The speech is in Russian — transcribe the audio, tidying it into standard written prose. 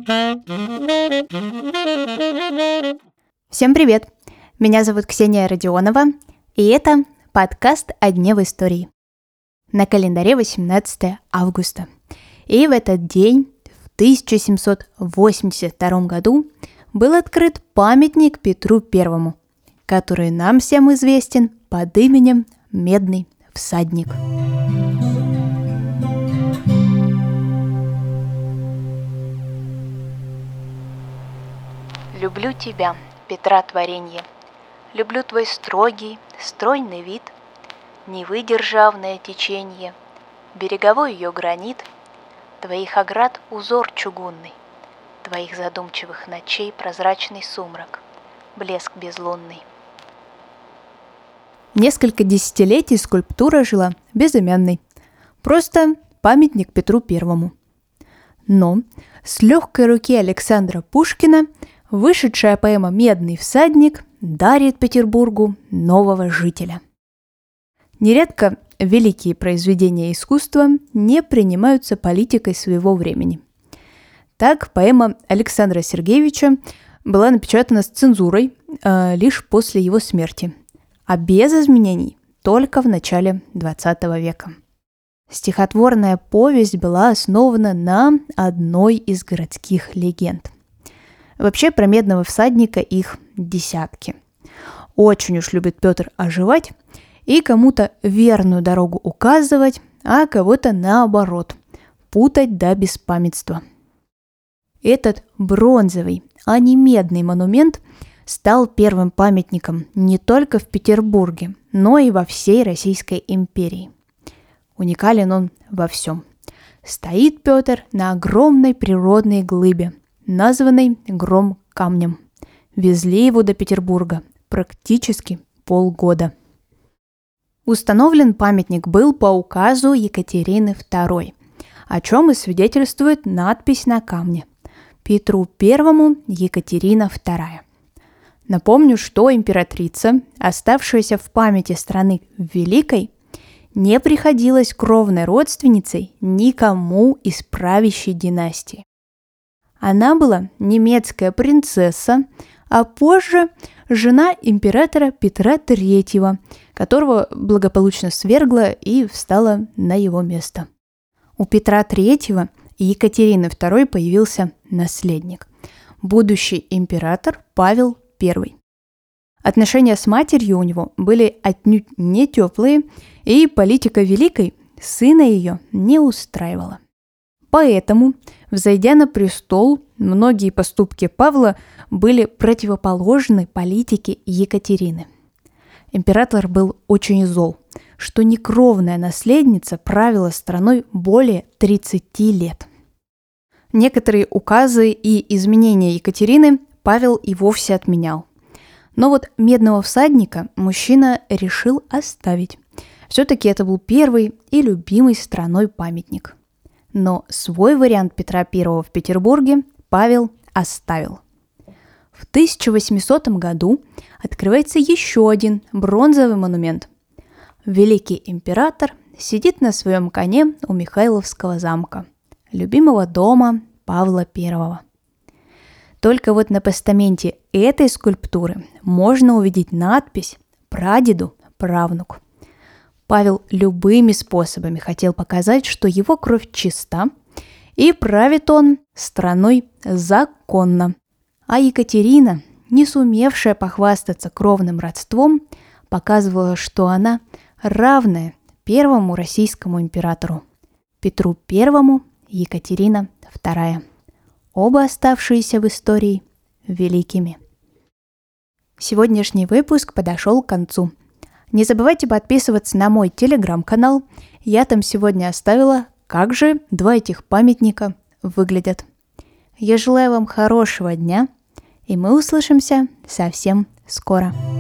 Всем привет! Меня зовут Ксения Родионова, и это подкаст «О дне в истории». На календаре 18 августа. И в этот день, в 1782 году, был открыт памятник Петру I, который нам всем известен под именем Медный всадник. Люблю тебя, Петра творенье, люблю твой строгий, стройный вид, Невы державное теченье, береговой ее гранит, твоих оград узор чугунный, твоих задумчивых ночей прозрачный сумрак, блеск безлунный. Несколько десятилетий скульптура жила безымянной, просто памятник Петру I. Но с легкой руки Александра Пушкина вышедшая поэма «Медный всадник» дарит Петербургу нового жителя. Нередко великие произведения искусства не принимаются политикой своего времени. Так, поэма Александра Сергеевича была напечатана с цензурой лишь после его смерти, а без изменений только в начале XX века. Стихотворная повесть была основана на одной из городских легенд. Вообще, про Медного всадника их десятки. Очень уж любит Петр оживать и кому-то верную дорогу указывать, а кого-то наоборот, путать до беспамятства. Этот бронзовый, а не медный монумент стал первым памятником не только в Петербурге, но и во всей Российской империи. Уникален он во всем. Стоит Петр на огромной природной глыбе, названный Гром-камнем. Везли его до Петербурга практически полгода. Установлен памятник был по указу Екатерины II, о чем и свидетельствует надпись на камне: Петру I, Екатерина II. Напомню, что императрица, оставшаяся в памяти страны великой, не приходилась кровной родственницей никому из правящей династии. Она была немецкая принцесса, а позже жена императора Петра III, которого благополучно свергла и встала на его место. У Петра III и Екатерины II появился наследник, будущий император Павел I. Отношения с матерью у него были отнюдь не теплые, и политика великой сына ее не устраивала. Поэтому, взойдя на престол, многие поступки Павла были противоположны политике Екатерины. Император был очень зол, что некровная наследница правила страной более 30 лет. Некоторые указы и изменения Екатерины Павел и вовсе отменял. Но вот Медного всадника мужчина решил оставить. Все-таки это был первый и любимый страной памятник. Но свой вариант Петра I в Петербурге Павел оставил. В 1800 году открывается еще один бронзовый монумент. Великий император сидит на своем коне у Михайловского замка, любимого дома Павла I. Только вот на постаменте этой скульптуры можно увидеть надпись «Прадеду правнук». Павел любыми способами хотел показать, что его кровь чиста, и правит он страной законно. А Екатерина, не сумевшая похвастаться кровным родством, показывала, что она равная первому российскому императору Петру I, Екатерина II. Оба оставшиеся в истории великими. Сегодняшний выпуск подошел к концу. Не забывайте подписываться на мой телеграм-канал. Я там сегодня оставила, как же два этих памятника выглядят. Я желаю вам хорошего дня, и мы услышимся совсем скоро.